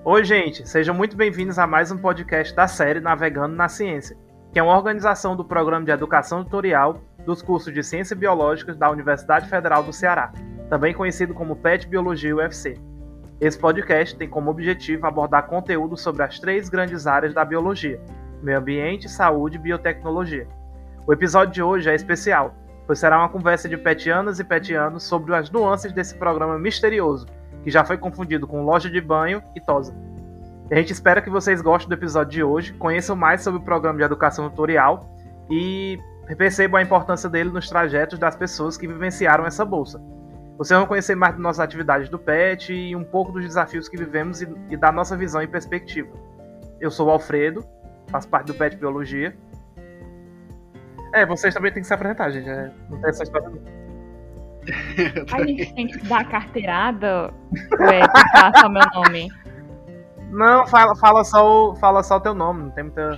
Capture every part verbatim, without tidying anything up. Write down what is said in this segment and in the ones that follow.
Oi, gente, sejam muito bem-vindos a mais um podcast da série Navegando na Ciência, que é uma organização do Programa de Educação Tutorial dos cursos de Ciências Biológicas da Universidade Federal do Ceará, também conhecido como P E T Biologia U F C. Esse podcast tem como objetivo abordar conteúdo sobre as três grandes áreas da biologia: meio ambiente, saúde e biotecnologia. O episódio de hoje é especial, pois será uma conversa de petianas e petianos sobre as nuances desse programa misterioso, que já foi confundido com loja de banho e tosa. A gente espera que vocês gostem do episódio de hoje, conheçam mais sobre o programa de educação tutorial e percebam a importância dele nos trajetos das pessoas que vivenciaram essa bolsa. Vocês vão conhecer mais das nossas atividades do P E T e um pouco dos desafios que vivemos e, e da nossa visão e perspectiva. Eu sou o Alfredo, faço parte do P E T Biologia. É, vocês também têm que se apresentar, gente. É, não tem essa história não. A gente tem que dar carteirada ou é citar só meu nome? Não, fala, fala, só o, fala só o teu nome, não tem muita...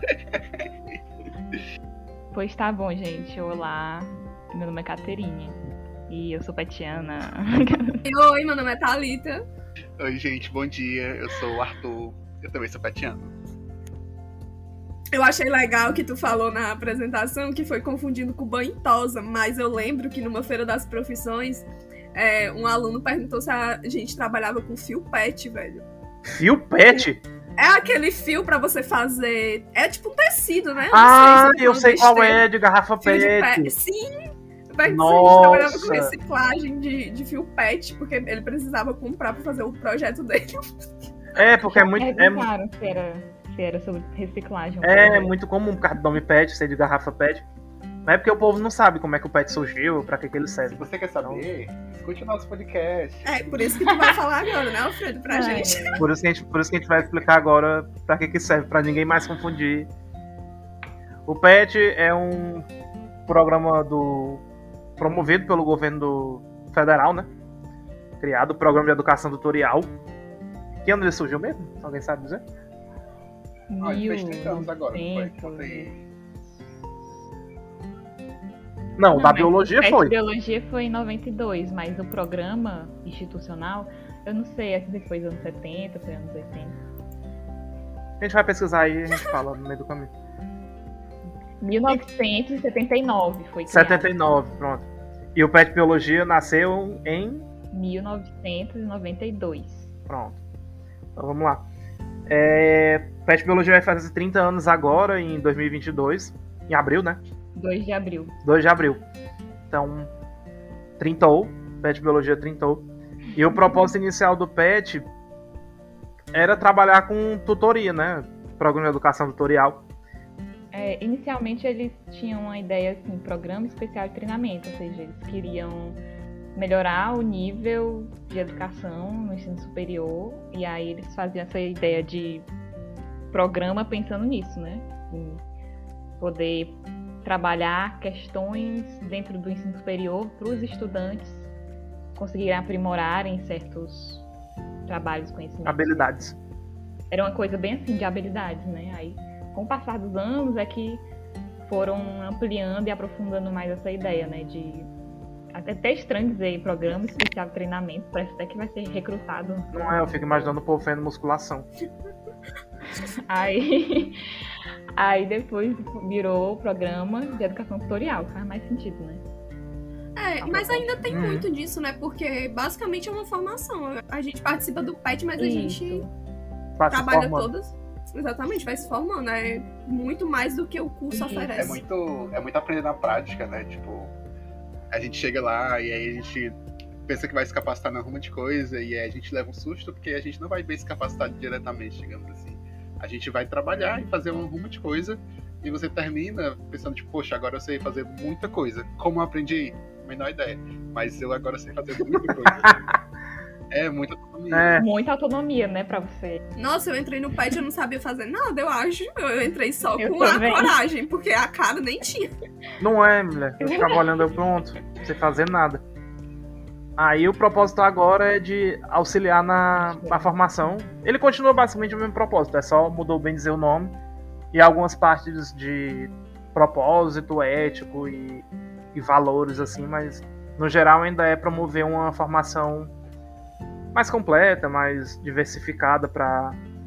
Pois tá bom, gente. Olá, meu nome é Caterine e eu sou petiana. Oi, meu nome é Thalita. Oi, gente, bom dia. Eu sou o Arthur, eu também sou petiano. Eu achei legal que tu falou na apresentação que foi confundindo com banho e tosa, mas eu lembro que numa feira das profissões, é, um aluno perguntou se a gente trabalhava com fio P E T, velho. Fio P E T? É aquele fio pra você fazer... É tipo um tecido, né? Ah, sei se eu sei qual é, de garrafa P E T. De Sim! A gente Nossa. trabalhava com reciclagem de, de fio P E T, porque ele precisava comprar pra fazer o projeto dele. É, porque é muito... É, claro, se era, se era sobre reciclagem. é muito comum por causa do nome P E T ser de garrafa P E T. Mas é porque o povo não sabe como é que o P E T surgiu, pra que, que ele serve. Se você quer saber, escute o nosso podcast. É, por isso que tu vai falar agora, né, Alfredo, pra é. gente. Por isso, que a gente. Por isso que a gente vai explicar agora pra que, que serve, pra ninguém mais confundir. O P E T é um programa do promovido pelo governo do federal, né? Criado, o Programa de Educação Tutorial. Que ano ele surgiu mesmo? Alguém sabe dizer? Ah, ele fez trinta anos agora, não foi? Conta aí. Não, Não, da mas biologia o foi. biologia foi em noventa e dois, mas o programa institucional, eu não sei se foi nos anos setenta, foi anos oitenta. A gente vai pesquisar aí e a gente fala no meio do caminho. mil novecentos e setenta e nove foi criado. setenta e nove, pronto. E o P E T Biologia nasceu em... mil novecentos e noventa e dois. Pronto. Então vamos lá. É... P E T Biologia vai fazer trinta anos agora, em dois mil e vinte e dois. Em abril, né? dois de abril. dois de abril. Então, trintou. P E T Biologia trintou. E o propósito inicial do P E T era trabalhar com tutoria, né? Programa de educação tutorial. É, inicialmente eles tinham uma ideia assim, programa especial de treinamento, ou seja, eles queriam melhorar o nível de educação no ensino superior, e aí eles faziam essa ideia de programa pensando nisso, né? Em poder trabalhar questões dentro do ensino superior para os estudantes conseguirem aprimorar em certos trabalhos, conhecimentos. Habilidades. Era uma coisa bem assim de habilidades, né? Aí, com o passar dos anos, é que foram ampliando e aprofundando mais essa ideia, né? De até, até estranho dizer programa especial de treinamento, parece até que vai ser recrutado. Não é, eu fico imaginando o povo fazendo musculação. Aí, aí depois virou o programa de educação tutorial, faz mais sentido, né? É, mas ainda tem Uhum. muito disso, né? Porque basicamente é uma formação. A gente participa do P E T, mas a Isso. gente Vai se trabalha formando. todas. Exatamente, vai se formando. É muito mais do que o curso Isso. oferece. É muito, é muito aprender na prática, né? Tipo, a gente chega lá e aí a gente pensa que vai se capacitar na ruma de coisa e aí a gente leva um susto porque a gente não vai bem se capacitar diretamente, digamos assim. A gente vai trabalhar e fazer uma ruma de coisa e você termina pensando, tipo, poxa, agora eu sei fazer muita coisa. Como eu aprendi? Menor ideia. Mas eu agora sei fazer muita coisa. É muita autonomia. É. Muita autonomia, né, pra você. Nossa, eu entrei no P E T e eu não sabia fazer nada, eu acho. Eu entrei só Eu com também. a coragem, porque a cara nem tinha. Não é, mulher. Eu ficava olhando, eu pronto, sem fazer nada. Aí o propósito agora é de auxiliar na, na formação. Ele continua basicamente o mesmo propósito, é só mudou bem dizer o nome. E algumas partes de propósito ético e, e valores, assim, mas no geral ainda é promover uma formação mais completa, mais diversificada para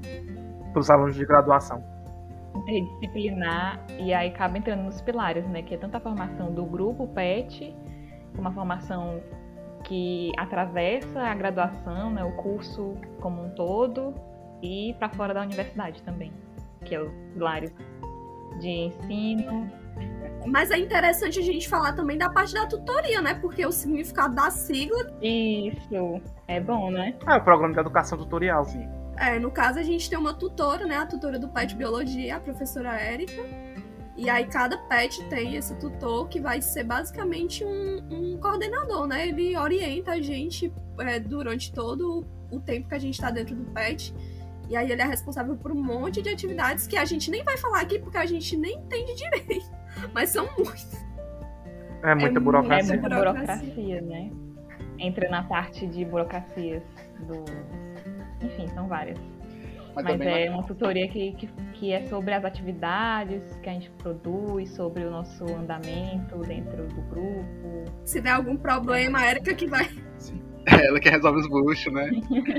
para os alunos de graduação. Interdisciplinar, e aí acaba entrando nos pilares, né? Que é tanto a formação do grupo P E T, uma formação que atravessa a graduação, né? O curso como um todo, e para fora da universidade também, que é os pilares de ensino. Mas é interessante a gente falar também da parte da tutoria, né? Porque o significado da sigla... Isso, é bom, né? É o programa de educação tutorial, sim. É, no caso a gente tem uma tutora, né? A tutora do P E T Biologia, a professora Érica. E aí cada P E T tem esse tutor que vai ser basicamente um, um coordenador, né? Ele orienta a gente é, durante todo o tempo que a gente está dentro do P E T. E aí ele é responsável por um monte de atividades que a gente nem vai falar aqui porque a gente nem entende direito. Mas são muitas. É muita É burocracia. muita burocracia, né? Entra na parte de burocracias do... Enfim, são várias. Mas, Mas também é legal. uma tutoria que, que, que é sobre as atividades que a gente produz, sobre o nosso andamento dentro do grupo. Se der algum problema, a Érica que vai... Sim. É ela que resolve os buchos, né?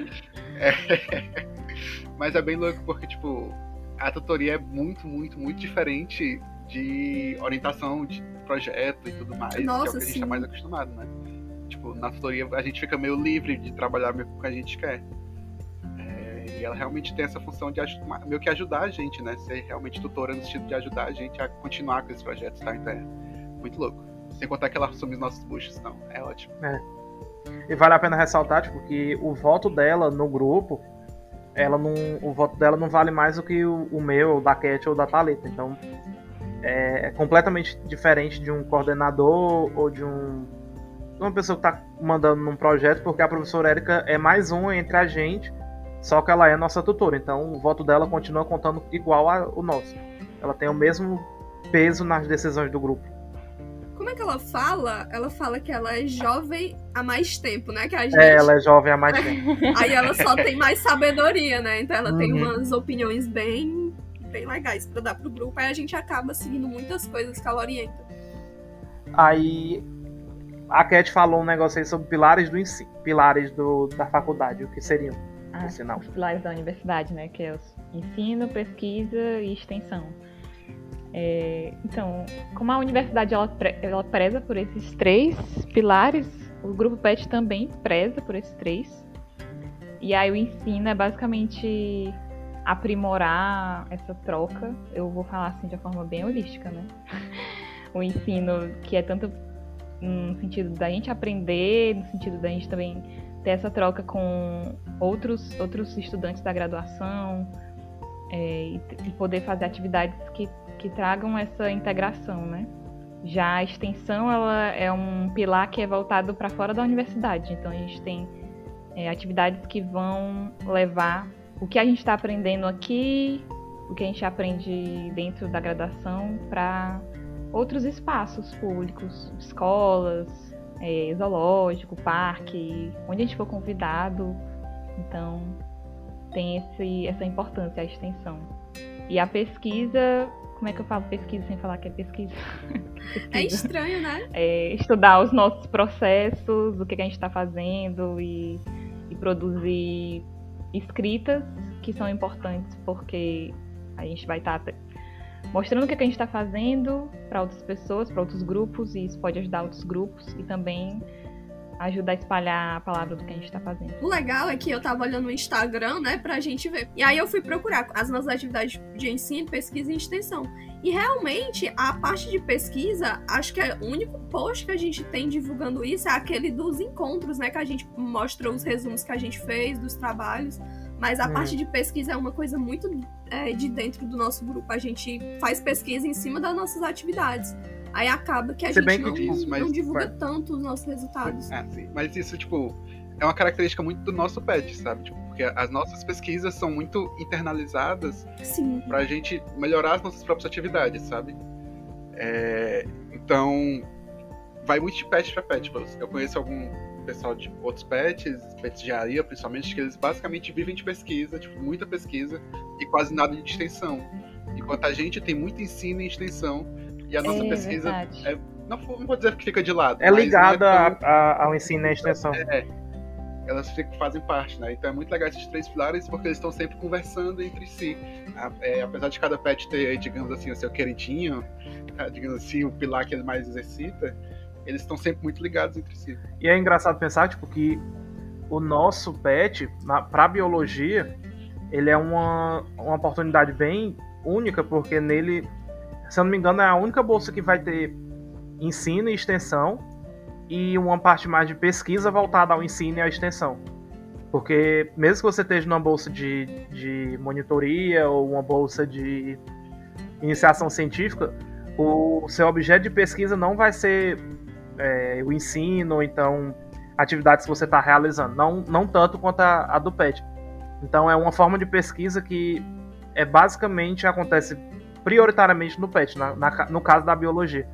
É. Mas é bem louco porque, tipo, a tutoria é muito, muito, muito diferente de orientação de projeto e tudo mais, Nossa, que é o que a gente sim. tá mais acostumado, né? Tipo, na tutoria a gente fica meio livre de trabalhar meio com o que a gente quer. É, e ela realmente tem essa função de ajudar, meio que ajudar a gente, né? Ser realmente tutora no sentido de ajudar a gente a continuar com esses projetos, tá? Então é muito louco. Sem contar que ela assume os nossos buchos, então é ótimo. É. E vale a pena ressaltar, tipo, que o voto dela no grupo, ela não, o voto dela não vale mais do que o, o meu, o da Cat ou da Thalita. Então é, é completamente diferente de um coordenador ou de um uma pessoa que está mandando num projeto, porque a professora Érica é mais um entre a gente, só que ela é nossa tutora. Então o voto dela continua contando igual ao nosso. Ela tem o mesmo peso nas decisões do grupo. Como é que ela fala? Ela fala que ela é jovem há mais tempo, né? Que a gente... É, ela é jovem há mais tempo. Aí ela só tem mais sabedoria, né? Então ela tem Uhum. umas opiniões bem, bem legais pra dar pro grupo. Aí a gente acaba seguindo muitas coisas que ela orienta. Aí a Cat falou um negócio aí sobre pilares do ensino, pilares do, da faculdade, o que seriam? Ah, Por sinal. os pilares da universidade, né? Que é os ensino, pesquisa e extensão. É, então, como a universidade ela, pre- ela preza por esses três pilares, o grupo P E T também preza por esses três. E aí o ensino é basicamente aprimorar essa troca. Eu vou falar assim de uma forma bem holística, né? O ensino que é tanto no sentido da gente aprender, no sentido da gente também ter essa troca com outros, outros estudantes da graduação, é, e, e poder fazer atividades que, que tragam essa integração, né? Já a extensão, ela é um pilar que é voltado para fora da universidade. Então a gente tem é, atividades que vão levar o que a gente está aprendendo aqui, o que a gente aprende dentro da graduação para outros espaços públicos, escolas, é, zoológico, parque, onde a gente for convidado. Então tem esse, essa importância, a extensão. E a pesquisa, como é que eu falo pesquisa sem falar que é pesquisa? pesquisa. É estranho, né? É estudar os nossos processos, o que, que a gente está fazendo e, e produzir escritas que são importantes, porque a gente vai estar mostrando o que, que a gente está fazendo para outras pessoas, para outros grupos, e isso pode ajudar outros grupos e também ajuda a espalhar a palavra do que a gente tá fazendo. O legal é que eu tava olhando no Instagram, né, pra gente ver. E aí eu fui procurar as nossas atividades de ensino, pesquisa e extensão. E realmente, a parte de pesquisa, acho que é o único post que a gente tem divulgando isso é aquele dos encontros, né, que a gente mostra os resumos que a gente fez, dos trabalhos. Mas a Hum. parte de pesquisa é uma coisa muito é, de dentro do nosso grupo. A gente faz pesquisa em cima das nossas atividades. Aí acaba que a Se gente bem que não, diz, mas não divulga vai- tanto os nossos resultados. É, sim. Mas isso, tipo, é uma característica muito do nosso P E T, sabe? Tipo, porque as nossas pesquisas são muito internalizadas Sim. pra gente melhorar as nossas próprias atividades, sabe? É, então, vai muito de P E T pra P E T. Eu conheço algum pessoal de outros P E Ts, P E Ts de engenharia, principalmente, que eles basicamente vivem de pesquisa, tipo, muita pesquisa e quase nada de extensão. Enquanto a gente tem muito ensino e extensão, e a nossa É pesquisa verdade. é, não, vou- não vou dizer que fica de lado. É mas ligada não é tão- a- a- ao ensino e à extensão. É, elas ficam, fazem parte, né? Então é muito legal esses três pilares, porque eles estão sempre conversando entre si. É, apesar de cada pet ter, digamos assim, o seu queridinho, digamos assim, o pilar que ele mais exercita, eles estão sempre muito ligados entre si. E é engraçado pensar, tipo, que o nosso pet, na, pra biologia, ele é uma, uma oportunidade bem única, porque nele, se eu não me engano, é a única bolsa que vai ter ensino e extensão, e uma parte mais de pesquisa voltada ao ensino e à extensão. Porque mesmo que você esteja numa bolsa de, de monitoria ou uma bolsa de iniciação científica, o seu objeto de pesquisa não vai ser é, o ensino, ou então atividades que você está realizando, não, não tanto quanto a, a do pet. Então é uma forma de pesquisa que é, basicamente acontece prioritariamente no pet, na, na, no caso da biologia.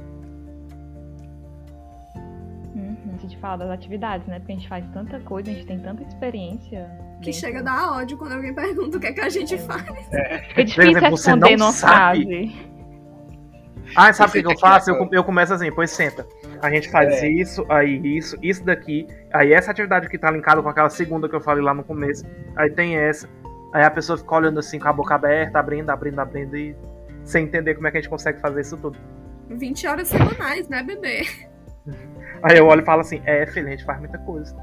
A gente fala das atividades, né? Porque a gente faz tanta coisa, a gente tem tanta experiência. Que chega a dar ódio quando alguém pergunta o que é que a gente faz. É, é difícil exemplo, responder numa frase. Ah, sabe o que, que eu faço? Eu, eu começo assim, pois senta. A gente faz é. isso, aí isso, isso daqui. Aí essa atividade que tá linkada com aquela segunda que eu falei lá no começo. Aí tem essa. Aí a pessoa fica olhando assim com a boca aberta, abrindo, abrindo, abrindo e sem entender como é que a gente consegue fazer isso tudo. vinte horas semanais, né, bebê? Aí eu olho e falo assim, é, filho, a gente faz muita coisa.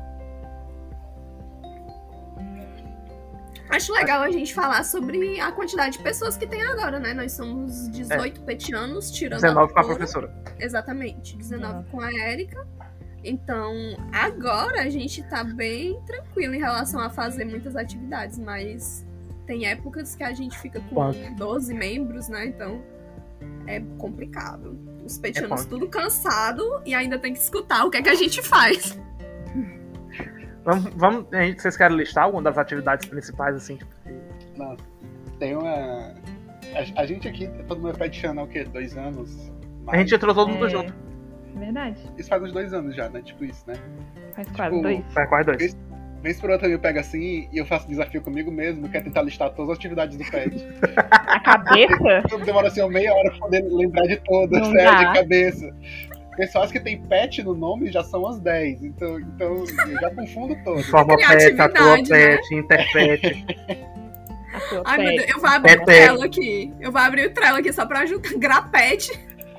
Acho legal a gente falar sobre a quantidade de pessoas que tem agora, né? Nós somos dezoito é. petianos, tirando dezenove a com a professora. Exatamente, dezenove uhum. com a Érica. Então, agora a gente tá bem tranquilo em relação a fazer muitas atividades, mas tem épocas que a gente fica com Quanto? doze membros, né? Então, é complicado. Os petianos é tudo cansado e ainda tem que escutar o que é que a gente faz. Vamos, vamos, vocês querem listar alguma das atividades principais, assim? Tipo... Não, tem uma... A, a gente aqui, todo mundo é petiano há o quê? Dois anos? Mais... A gente entrou todo mundo é... junto. Verdade. Isso faz uns dois anos já, né? Tipo isso, né? Faz quase tipo, dois. Faz quase dois. Vez, vez por outra eu pego assim e eu faço desafio comigo mesmo, que é tentar listar todas as atividades do pet. A cabeça? Demora assim uma meia hora pra poder lembrar de todas, né? De cabeça. Pessoas que tem pet no nome já são as dez, então, então eu já confundo todos. Forma pet, atua pet, né? Interpet. Ai, meu Deus, eu vou abrir o Trello aqui. Eu vou abrir o Trello aqui só pra ajudar. Grapete.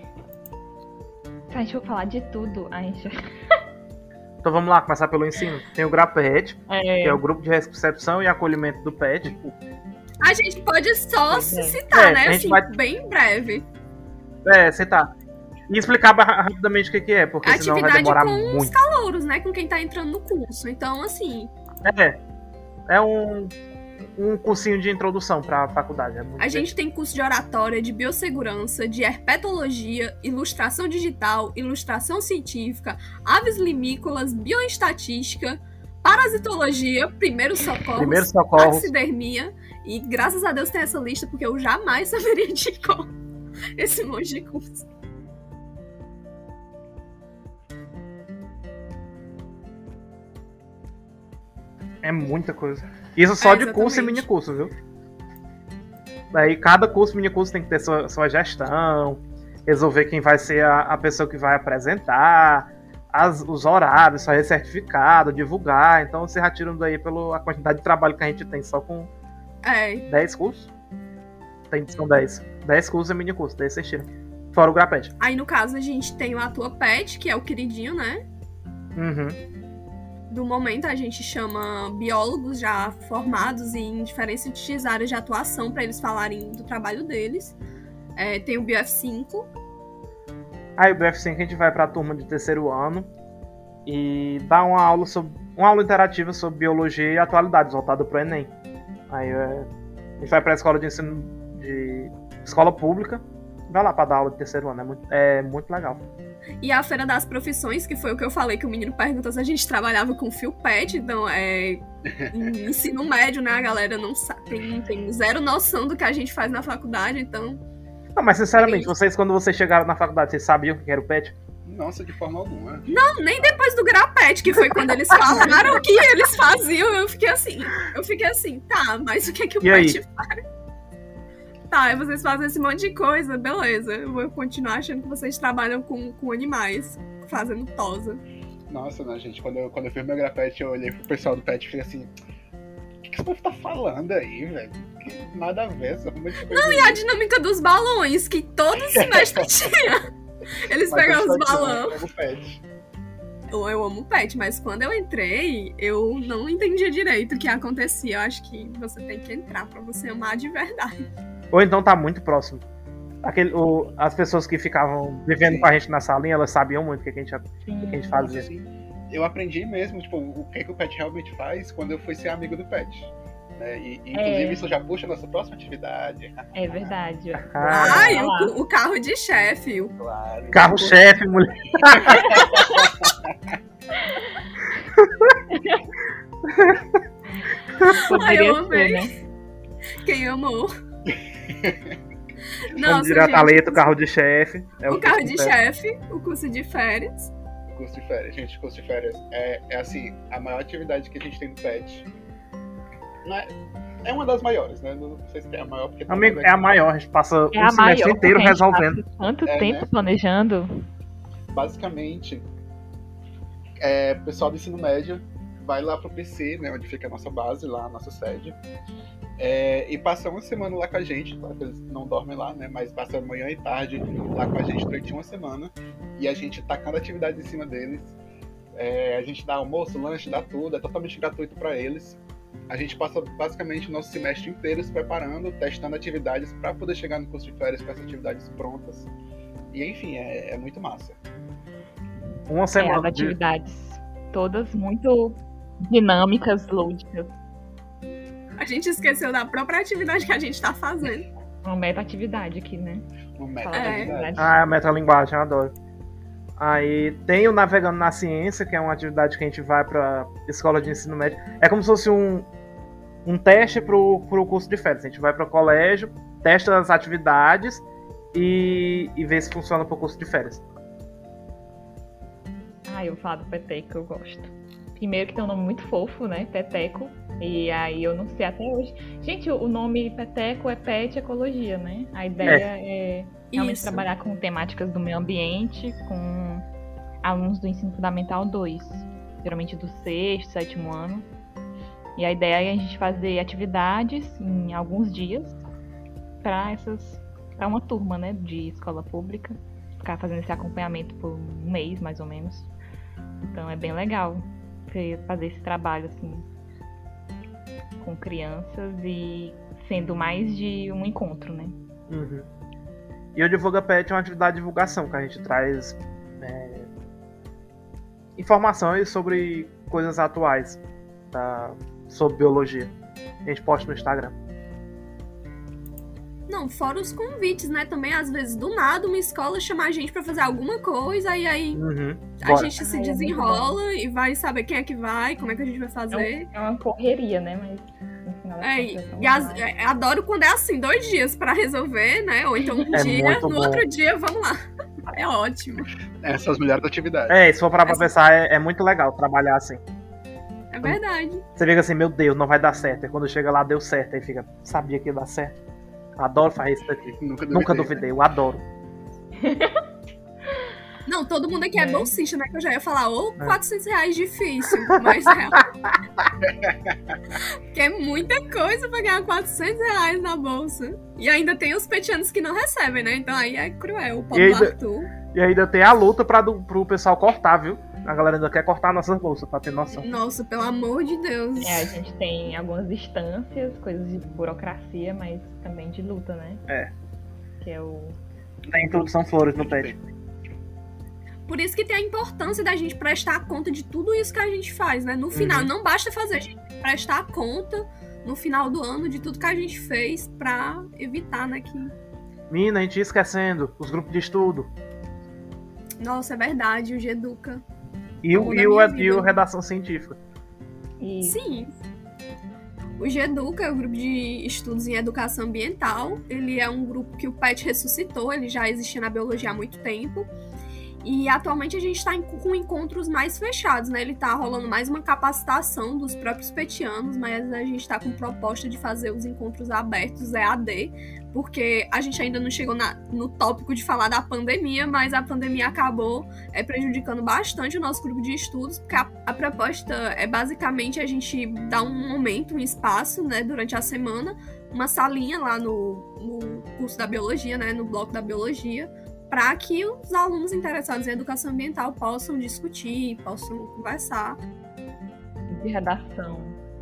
A gente vai falar de tudo. A gente... Então vamos lá, começar pelo ensino. Tem o GRAPET, é. que é o Grupo de Recepção e Acolhimento do Pet. A gente pode só se citar, é, né? Assim, vai... bem breve. É, citar. E explicar rapidamente o que, que é, porque atividade senão vai demorar com muito. Os calouros, né? Com quem tá entrando no curso. Então, assim... É, é um, um cursinho de introdução pra faculdade. É muito a bem. gente tem curso de oratória, de biossegurança, de herpetologia, ilustração digital, ilustração científica, aves limícolas, bioestatística, parasitologia, primeiros socorros, Primeiro socorro. taxidermia. E graças a Deus tem essa lista, porque eu jamais saberia de qual esse monte de curso. É muita coisa. Isso só é, de curso e mini curso, viu? Daí cada curso e mini curso tem que ter sua, sua gestão, resolver quem vai ser a, a pessoa que vai apresentar, as, os horários, fazer certificado, divulgar. Então vocês já tiram daí pela quantidade de trabalho que a gente tem só com é. dez cursos. Tem, são dez. dez cursos e mini curso, daí vocês tiram. Fora o GRAPET. Aí no caso a gente tem o Atua Pet, que é o queridinho, né? Uhum. Do momento a gente chama biólogos já formados em diferentes áreas de atuação para eles falarem do trabalho deles. É, tem o B F cinco. Aí o B F cinco a gente vai para a turma de terceiro ano e dá uma aula sobre, uma aula interativa sobre biologia e atualidades voltada para o Enem. Aí é, a gente vai para a escola de ensino de escola pública, vai lá para dar aula de terceiro ano, é muito, é muito legal. E a Feira das Profissões, que foi o que eu falei, que o menino perguntou se a gente trabalhava com fio pet, então é ensino médio, né? A galera não sabe, tem, tem zero noção do que a gente faz na faculdade, então... Não, mas sinceramente, vocês quando vocês chegaram na faculdade, vocês sabiam o que era o pet? Nossa, de forma alguma. Não, nem depois do GRAPET, que foi quando eles falaram o que eles faziam, eu fiquei assim, eu fiquei assim, tá, mas o que é que o e pet aí? faz? Tá, e vocês fazem esse monte de coisa, beleza. Eu vou continuar achando que vocês trabalham com, com animais, fazendo tosa. Nossa, não, gente, quando eu, quando eu fiz meu grafete, eu olhei pro pessoal do pet e falei assim, o que, que esse povo tá falando aí, velho? Que nada a ver, essa arruma de coisa. Não, e a dinâmica dos balões, que todo semestre tinha. Eles Mas pegavam eu os só balões. amo pet. Eu, eu amo pet, mas quando eu entrei, eu não entendia direito o que acontecia. Eu acho que você tem que entrar pra você amar de verdade. Ou então tá muito próximo. Aquele, o, as pessoas que ficavam vivendo Sim. com a gente na salinha, elas sabiam muito o que a gente, o Sim. que a gente fazia. Assim, eu aprendi mesmo, tipo, o que, que o pet realmente faz quando eu fui ser amigo do pet. Né? E, e, inclusive, É. isso já puxa a nossa próxima atividade. É verdade. Ah, Ai, vai lá. o, o carro de chefe. o- Claro. carro-chefe, mulher. Ai, eu Poderia amei. ser, né? Quem amou? Vamos Nossa, direto a gente, letra, o carro de chefe. É o carro de chefe. chefe, o curso de férias. Curso de férias, gente, curso de férias é, é assim, a maior atividade que a gente tem no pet. Não é, é uma das maiores, né? Não sei se é a maior, porque Amigo, é a maior, a gente passa É o a semestre maior. inteiro porque a gente resolvendo. passa Tanto É, tempo né? planejando. Basicamente, é, o pessoal do ensino médio vai lá pro P C, né, onde fica a nossa base, lá a nossa sede, é, e passa uma semana lá com a gente, claro que eles não dormem lá, né, mas passa manhã e tarde lá com a gente durante uma semana, e a gente tacando atividade em cima deles, é, a gente dá almoço, lanche, dá tudo, é totalmente gratuito para eles. A gente passa basicamente o nosso semestre inteiro se preparando, testando atividades para poder chegar no curso de férias com essas atividades prontas. E enfim, é, é muito massa. Uma É, as semana de... atividades todas muito dinâmicas, lúdicas. A gente esqueceu da própria atividade que a gente tá fazendo. Uma meta-atividade aqui, né? Um meta Falar da É. atividade. Ah, a metalinguagem, eu adoro. Aí tem o Navegando na Ciência, que é uma atividade que a gente vai pra escola de ensino médio. É como se fosse um, um teste pro, pro curso de férias. A gente vai pro colégio, testa as atividades e, e vê se funciona pro curso de férias. Ah, eu falo do Peteco, eu gosto. Primeiro que tem um nome muito fofo, né? Peteco. E aí eu não sei até hoje. Gente, o nome Peteco é Pet Ecologia, né? A ideia é, realmente Isso. trabalhar com temáticas do meio ambiente, com alunos do ensino fundamental dois. Geralmente do sexto, sétimo ano. E a ideia é a gente fazer atividades em alguns dias para essas, para uma turma, né, de escola pública. Ficar fazendo esse acompanhamento por um mês, mais ou menos. Então é bem legal fazer esse trabalho assim com crianças e sendo mais de um encontro, né? Uhum. E o Divulga Pet é uma atividade de divulgação, que a gente traz é, informações sobre coisas atuais da, sobre biologia. A gente posta no Instagram. Não, fora os convites, né? Também, às vezes, do nada, uma escola chama a gente pra fazer alguma coisa e aí Uhum. a Bora. gente se Ai, é muito desenrola e vai saber quem é que vai, como é que a gente vai fazer. É uma correria, né? Mas no final das É, contas e, é tão e as- legal. é, adoro quando é assim, dois dias pra resolver, né? Ou então um É dia, muito no bom. outro dia, vamos lá. É ótimo. Essas são as melhores atividades. É, se for parar pra pensar, é, é muito legal trabalhar assim. É verdade. Você fica assim, meu Deus, não vai dar certo. E quando chega lá, deu certo. Aí fica, sabia que ia dar certo. Adoro fazer isso daqui. Nunca duvidei. Nunca duvidei, eu adoro. Não, todo mundo aqui é, É. bolsista, né? Que eu já ia falar, ou É. quatrocentos reais difícil, mas é. Que é muita coisa pra ganhar quatrocentos reais na bolsa. E ainda tem os petianos que não recebem, né? Então aí é cruel. O pobre E do ainda- Arthur. E ainda tem a luta pra, do, pro pessoal cortar, viu? A galera ainda quer cortar nossas bolsas, pra ter noção. Nossa, pelo amor de Deus. É, a gente tem algumas instâncias, coisas de burocracia, mas também de luta, né? É. Que é o. Tem tudo, são flores no pet. Por isso que tem a importância da gente prestar conta de tudo isso que a gente faz, né? No final, Uhum. não basta fazer, a gente tem que prestar conta no final do ano de tudo que a gente fez pra evitar, né? Que... Mina, a gente ia esquecendo, os grupos de estudo. Nossa, é verdade, o Geduca. E o, Como e na o, minha e o vida. Redação Científica. E Sim. O Geduca é o grupo de estudos em educação ambiental. Ele é um grupo que o P E T ressuscitou, ele já existia na biologia há muito tempo. E atualmente a gente está com encontros mais fechados, né? Ele tá rolando mais uma capacitação dos próprios petianos, mas a gente está com proposta de fazer os encontros abertos E A D, porque a gente ainda não chegou na, no tópico de falar da pandemia, mas a pandemia acabou é, prejudicando bastante o nosso grupo de estudos, porque a, a proposta é basicamente a gente dar um momento, um espaço, né, durante a semana, uma salinha lá no, no curso da biologia, né, no bloco da biologia, para que os alunos interessados em educação ambiental possam discutir, possam conversar. De redação.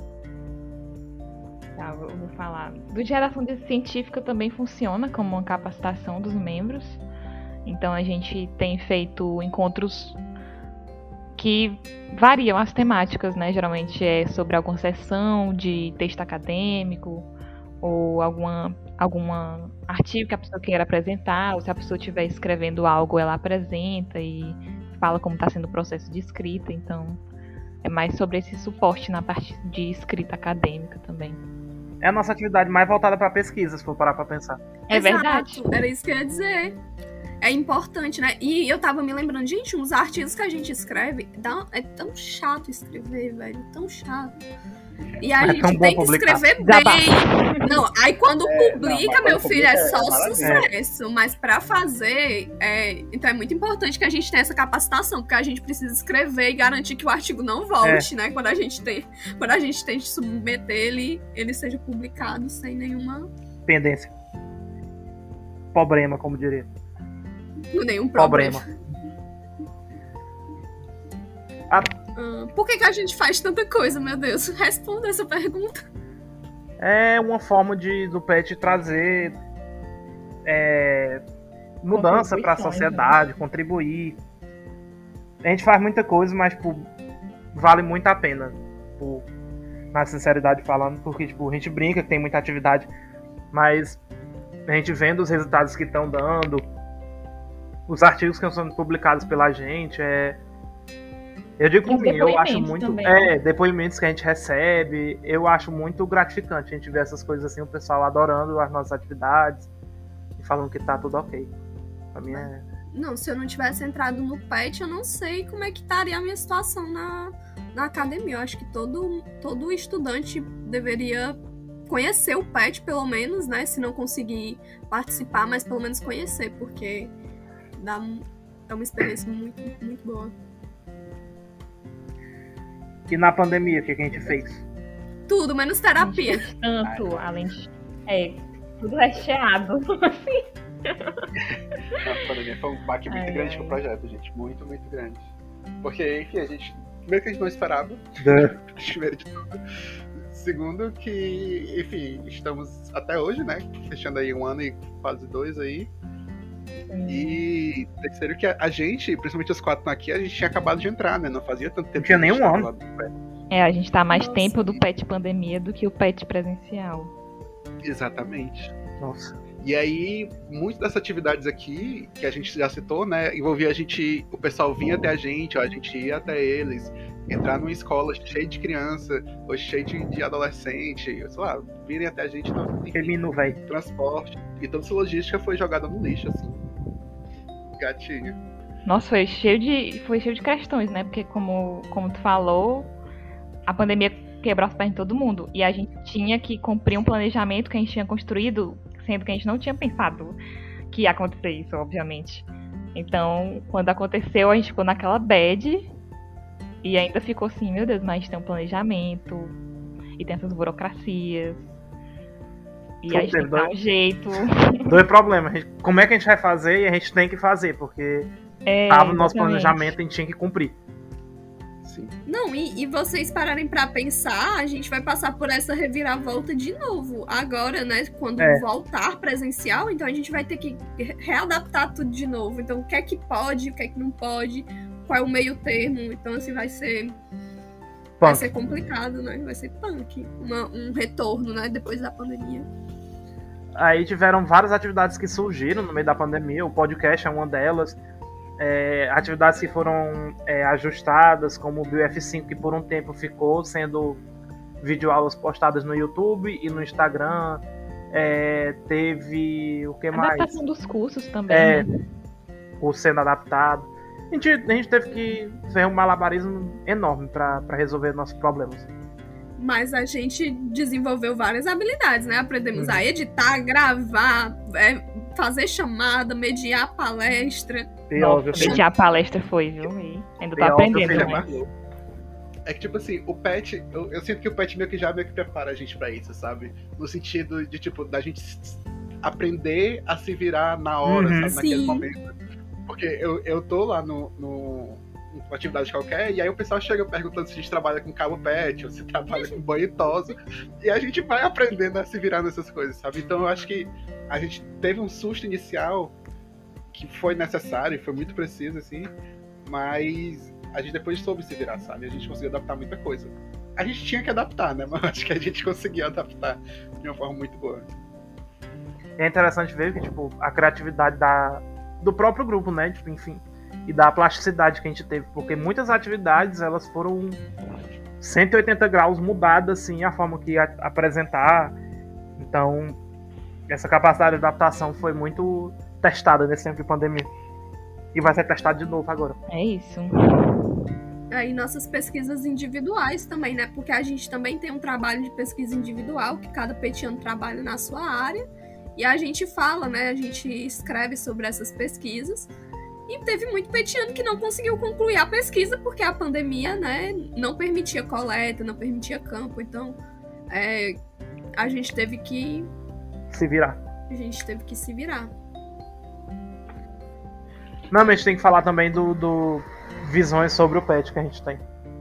Tá, eu vou falar. Do de redação científica também funciona como uma capacitação dos membros. Então a gente tem feito encontros que variam as temáticas, né? Geralmente é sobre alguma sessão de texto acadêmico ou alguma, alguma artigo que a pessoa queira apresentar, ou se a pessoa estiver escrevendo algo, ela apresenta e fala como está sendo o processo de escrita. Então é mais sobre esse suporte na parte de escrita acadêmica também. É a nossa atividade mais voltada para pesquisa, se for parar para pensar. É Exato, verdade. Era isso que eu ia dizer. É importante, né? E eu tava me lembrando, gente, uns artigos que a gente escreve, dá, é tão chato escrever, velho, tão chato. E a É gente tão bom tem que publicar. escrever Já bem. Não, aí quando É, publica, não, mas meu quando filho, publica é só é maravilha. sucesso. Mas pra fazer, é, então é muito importante que a gente tenha essa capacitação, porque a gente precisa escrever e garantir que o artigo não volte, né? Quando a gente tem, quando a gente tem de submeter ele, ele seja publicado sem nenhuma, Pendência. Problema, como diria. nenhum problema. Problema. A- Ah, por que, que a gente faz tanta coisa, meu Deus? Responda essa pergunta. É uma forma de, do P E T trazer é, mudança para a Contribuições, sociedade, contribuir. A gente faz muita coisa, mas tipo, vale muito a pena, tipo, na sinceridade falando, porque tipo, a gente brinca que tem muita atividade, mas a gente vendo os resultados que estão dando, os artigos que estão sendo publicados pela gente, é... eu digo por Os mim, eu acho depoimentos muito... também, É, depoimentos que a gente recebe, eu acho muito gratificante a gente ver essas coisas assim, o pessoal adorando as nossas atividades e falando que tá tudo ok. Pra mim é... Não, se eu não tivesse entrado no P E T, eu não sei como é que estaria a minha situação na, na academia. Eu acho que todo, todo estudante deveria conhecer o P E T, pelo menos, né? Se não conseguir participar, mas pelo menos conhecer, porque dá, é uma experiência muito, muito boa. E na pandemia, o que que a gente fez? Tudo, menos A terapia. gente fez tanto, além de... É, tudo recheado. A pandemia foi um baque muito Ai, grande ai. pro projeto, gente. Muito, muito grande. Porque, enfim, a gente. Primeiro que a gente não esperava. Primeiro de tudo. Segundo que, enfim, estamos até hoje, né? Fechando aí um ano e quase dois aí. E terceiro que a, a gente, principalmente os quatro aqui, a gente tinha acabado de entrar, né? Não fazia tanto tempo. tinha que a gente nem um tava ano. lá do pé. É, a gente tá mais Nossa. tempo do P E T pandemia do que o P E T presencial. Exatamente. Nossa. E aí, muitas dessas atividades aqui, que a gente já citou, né, envolvia a gente, o pessoal vinha até a gente, ó, a gente ia até eles, entrar numa escola cheia de criança, ou cheia de, de adolescente, sei lá, virem até a gente, então, enfim, Termino, velho. transporte, e toda essa logística foi jogada no lixo, assim. Gatinho. Nossa, foi cheio de, foi cheio de questões, né? Porque como, como tu falou, a pandemia quebrou as pernas de todo mundo. E a gente tinha que cumprir um planejamento que a gente tinha construído, sendo que a gente não tinha pensado que ia acontecer isso, obviamente. Então, quando aconteceu, a gente ficou naquela bad e ainda ficou assim, meu Deus, mas a gente tem um planejamento e tem essas burocracias. E a gente tem que dar um jeito. Dois problemas. A gente- Como é que a gente vai fazer e a gente tem que fazer, porque É, tava no nosso exatamente. planejamento e a gente tinha que cumprir. Sim. Não, e, e vocês pararem pra pensar, a gente vai passar por essa reviravolta de novo. Agora, né, quando É. voltar presencial, então a gente vai ter que re- readaptar tudo de novo. Então, o que é que pode, o que é que não pode, qual é o meio termo. Então, assim, vai ser, vai Punk. ser complicado, né? Vai ser punk. Uma- um retorno, né, depois da pandemia. Aí tiveram várias atividades que surgiram no meio da pandemia, o podcast é uma delas. É, atividades que foram é, ajustadas, como o B U F cinco, que por um tempo ficou sendo videoaulas postadas no YouTube e no Instagram. É, teve o que A mais? adaptação dos cursos também. É, né? o sendo adaptado. A gente, a gente teve que fazer um malabarismo enorme pra, pra resolver nossos problemas. Mas a gente desenvolveu várias habilidades, né? Aprendemos uhum. a editar, gravar, é, fazer chamada, mediar palestra. Nossa, mediar a palestra foi, viu? E ainda tô aprendendo. Né? É que, tipo assim, o Pet, eu, eu sinto que o Pet meio que já meio que prepara a gente pra isso, sabe? No sentido de, tipo, da gente aprender a se virar na hora, uhum. sabe? Naquele Sim. momento. Porque eu, eu tô lá no... no... uma atividade qualquer, e aí o pessoal chega perguntando se a gente trabalha com cabo pet, ou se trabalha com banho e tosa, e a gente vai aprendendo a se virar nessas coisas, sabe? Então eu acho que a gente teve um susto inicial que foi necessário, foi muito preciso, assim, mas a gente depois soube se virar, sabe? A gente conseguiu adaptar muita coisa. A gente tinha que adaptar, né? Mas acho que a gente conseguiu adaptar de uma forma muito boa. É interessante ver que, tipo, a criatividade da, do próprio grupo, né? Tipo, enfim, e da plasticidade que a gente teve, porque muitas atividades elas foram cento e oitenta graus mudadas, assim, a forma que ia apresentar. Então, essa capacidade de adaptação foi muito testada nesse tempo de pandemia. E vai ser testado de novo agora. É isso. Aí nossas pesquisas individuais também, né? Porque a gente também tem um trabalho de pesquisa individual, que cada petiano trabalha na sua área. E a gente fala, né? A gente escreve sobre essas pesquisas. E teve muito petiano que não conseguiu concluir a pesquisa porque a pandemia, né, não permitia coleta, não permitia campo. Então, é, a gente teve que... se virar. A gente teve que se virar. Não, mas a gente tem que falar também do, do visões sobre o pet que a gente tem.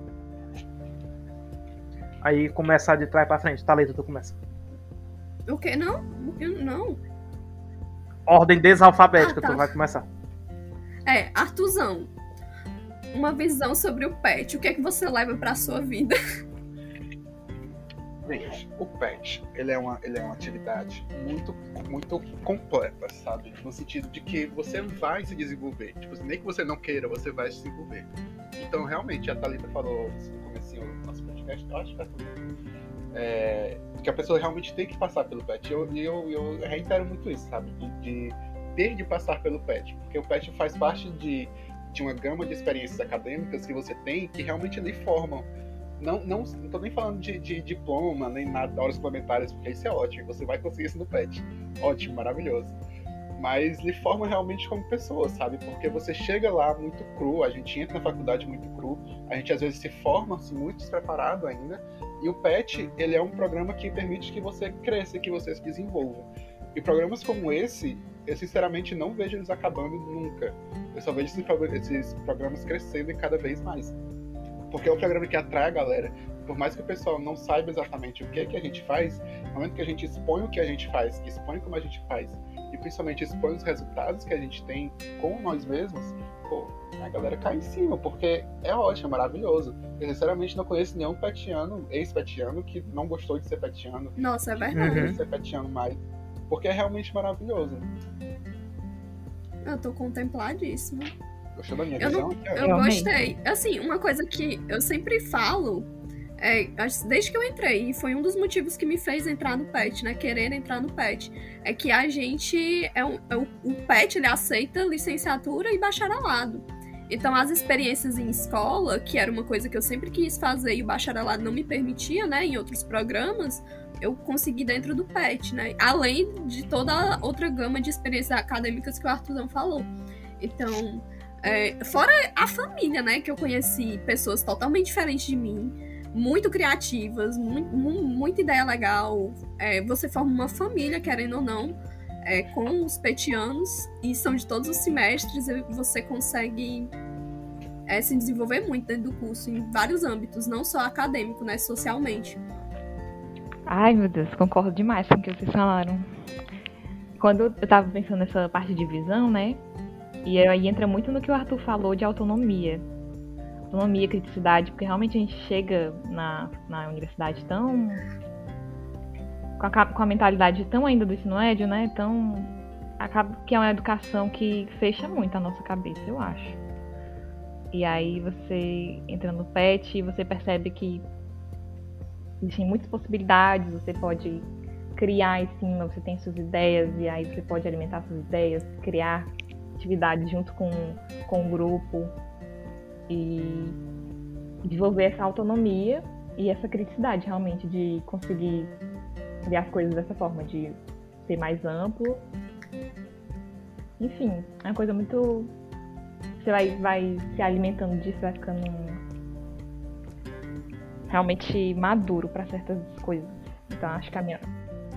Aí começar de trás pra frente. Thalita, tu começa. O quê? Não? Não. Ordem desalfabética, ah, tá. Tu vai começar. É, Arthurzão, uma visão sobre o pet. O que é que você leva pra sua vida? Gente, o pet, ele é uma, ele é uma atividade muito, muito completa, sabe? No sentido de que você vai se desenvolver. Tipo, nem que você não queira, você vai se desenvolver. Então, realmente, a Thalita falou isso no comecinho do nosso podcast, eu acho que é tudo. É, que a pessoa realmente tem que passar pelo pet. E eu, eu, eu reitero muito isso, sabe? De... de ter de passar pelo pet, porque o pet faz parte de, de uma gama de experiências acadêmicas que você tem que realmente lhe formam. Não, não, não tô nem falando de, de diploma, nem nada, horas complementares, porque isso é ótimo, você vai conseguir isso no pet. Ótimo, maravilhoso. Mas lhe forma realmente como pessoa, sabe? Porque você chega lá muito cru, a gente entra na faculdade muito cru, a gente às vezes se forma assim, muito despreparado ainda, e o pet, ele é um programa que permite que você cresça, que você se desenvolva. E programas como esse, eu sinceramente não vejo eles acabando nunca. Eu só vejo esses programas crescendo cada vez mais. Porque é um programa que atrai a galera. Por mais que o pessoal não saiba exatamente o que, é que a gente faz, no momento que a gente expõe o que a gente faz, que expõe como a gente faz, e principalmente expõe os resultados que a gente tem com nós mesmos, pô, a galera cai em cima, porque é ótimo, é maravilhoso. Eu sinceramente não conheço nenhum petiano, ex-petiano, que não gostou de ser petiano. Nossa, é verdade. Não quer ser petiano mais. Porque é realmente maravilhoso. Eu tô contempladíssima. Gostou da minha eu visão? Não, eu, eu gostei. Assim, uma coisa que eu sempre falo, é, desde que eu entrei, e foi um dos motivos que me fez entrar no pet, né? Querer entrar no pet. É que a gente, é um, é um, o pet, ele aceita licenciatura e bacharelado. Então, as experiências em escola, que era uma coisa que eu sempre quis fazer e o bacharelado não me permitia, né? Em outros programas, eu consegui dentro do pet, né? Além de toda a outra gama de experiências acadêmicas que o Arthurzão falou. Então, é, fora a família, né? Que eu conheci pessoas totalmente diferentes de mim, muito criativas, muito, muita ideia legal. É, você forma uma família, querendo ou não, é, com os petianos, e são de todos os semestres, e você consegue é, se desenvolver muito dentro do curso, em vários âmbitos, não só acadêmico, né? Socialmente. Ai, meu Deus, concordo demais com o que vocês falaram. Quando eu tava pensando nessa parte de visão, né? E aí entra muito no que o Arthur falou de autonomia. Autonomia, criticidade, porque realmente a gente chega na, na universidade tão... Com a, com a mentalidade tão ainda do ensino médio, né? Tão... Acaba que é uma educação que fecha muito a nossa cabeça, eu acho. E aí você entra no pet e você percebe que existem muitas possibilidades, você pode criar em cima, você tem suas ideias, e aí você pode alimentar suas ideias, criar atividades junto com, com o grupo e desenvolver essa autonomia e essa criticidade realmente de conseguir ver as coisas dessa forma, de ser mais amplo. Enfim, é uma coisa muito... Você vai, vai se alimentando disso, vai ficando realmente maduro para certas coisas. Então acho que a minha...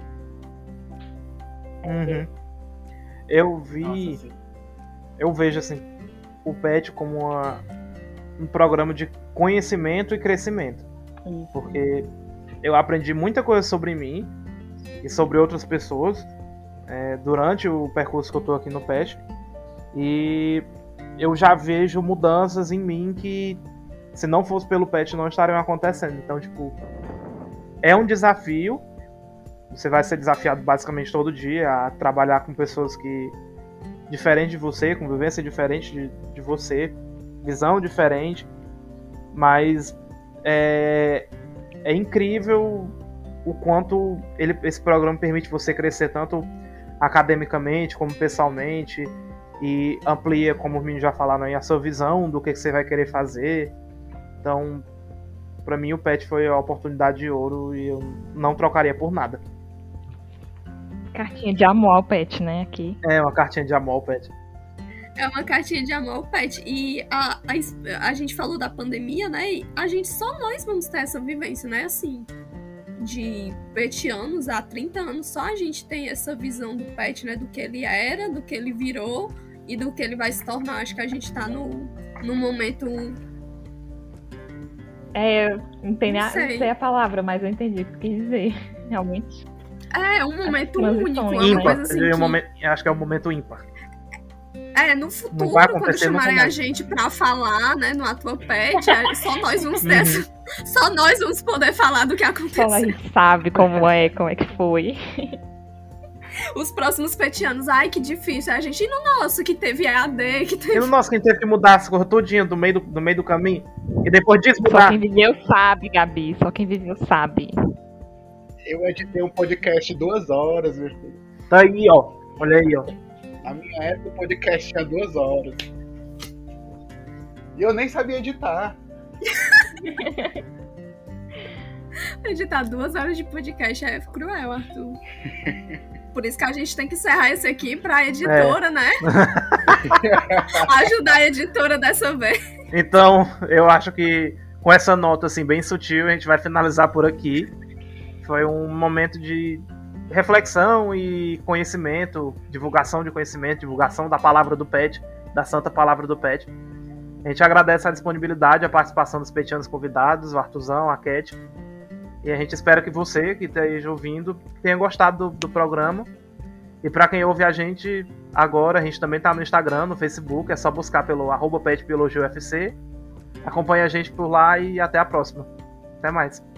Uhum. Eu vi... Nossa, eu vejo assim, o P E T como uma, um programa de conhecimento e crescimento. Isso. Porque eu aprendi muita coisa sobre mim e sobre outras pessoas é, durante o percurso que eu tô aqui no P E T. E eu já vejo mudanças em mim que, se não fosse pelo P E T, não estariam acontecendo. Então, tipo, é um desafio. Você vai ser desafiado basicamente todo dia a trabalhar com pessoas que diferente de você, com vivência diferente de, de você, visão diferente, mas é, é incrível o quanto ele, esse programa permite você crescer tanto academicamente como pessoalmente e amplia, como os meninos já falaram aí, a sua visão do que você vai querer fazer. Então, pra mim o P E T foi a oportunidade de ouro e eu não trocaria por nada. Cartinha de amor ao P E T, né? Aqui. É, uma cartinha de amor ao P E T. É uma cartinha de amor ao P E T. E a, a, a gente falou da pandemia, né? E a gente, só nós vamos ter essa vivência, né? Assim, de petianos há trinta anos, só a gente tem essa visão do P E T, né? Do que ele era, do que ele virou e do que ele vai se tornar. Acho que a gente tá no, no momento... É, não tem Não nem a, sei. não sei a palavra, mas eu entendi o que você quis dizer. Realmente. É, um momento Transição único, é uma ímpar. coisa assim É um que... momento, acho que é um momento ímpar. É, no Não futuro, vai quando acontecer nunca chamarem a mais. gente pra falar, né, no Atua P E T, é, só nós vamos ter Uhum. essa... Só nós vamos poder falar do que Só a aconteceu. gente sabe como é, como é que foi. Os próximos petianos, ai, que difícil. A gente, e no nosso, que teve E A D, que E teve... no nosso, quem teve que mudar as coisas todinha do meio do, do meio do caminho, e depois disso Só mudar. quem viveu sabe, Gabi. Só quem viveu sabe. Eu editei um podcast de duas horas, meu filho. Tá aí, ó. Olha aí, ó. Na minha época, o podcast tinha duas horas. E eu nem sabia editar. Editar duas horas de podcast é cruel, Arthur. Por isso que a gente tem que encerrar esse aqui pra editora, né? Ajudar a editora dessa vez. Então, eu acho que com essa nota assim bem sutil, a gente vai finalizar por aqui. Foi um momento de reflexão e conhecimento, divulgação de conhecimento, divulgação da palavra do P E T, da santa palavra do P E T. A gente agradece a disponibilidade, a participação dos petianos convidados, o Arthurzão, a Cat. E a gente espera que você, que esteja ouvindo, tenha gostado do, do programa. E para quem ouve a gente agora, a gente também está no Instagram, no Facebook, é só buscar pelo arroba P E T Biologia U F C. Acompanhe a gente por lá e até a próxima. Até mais.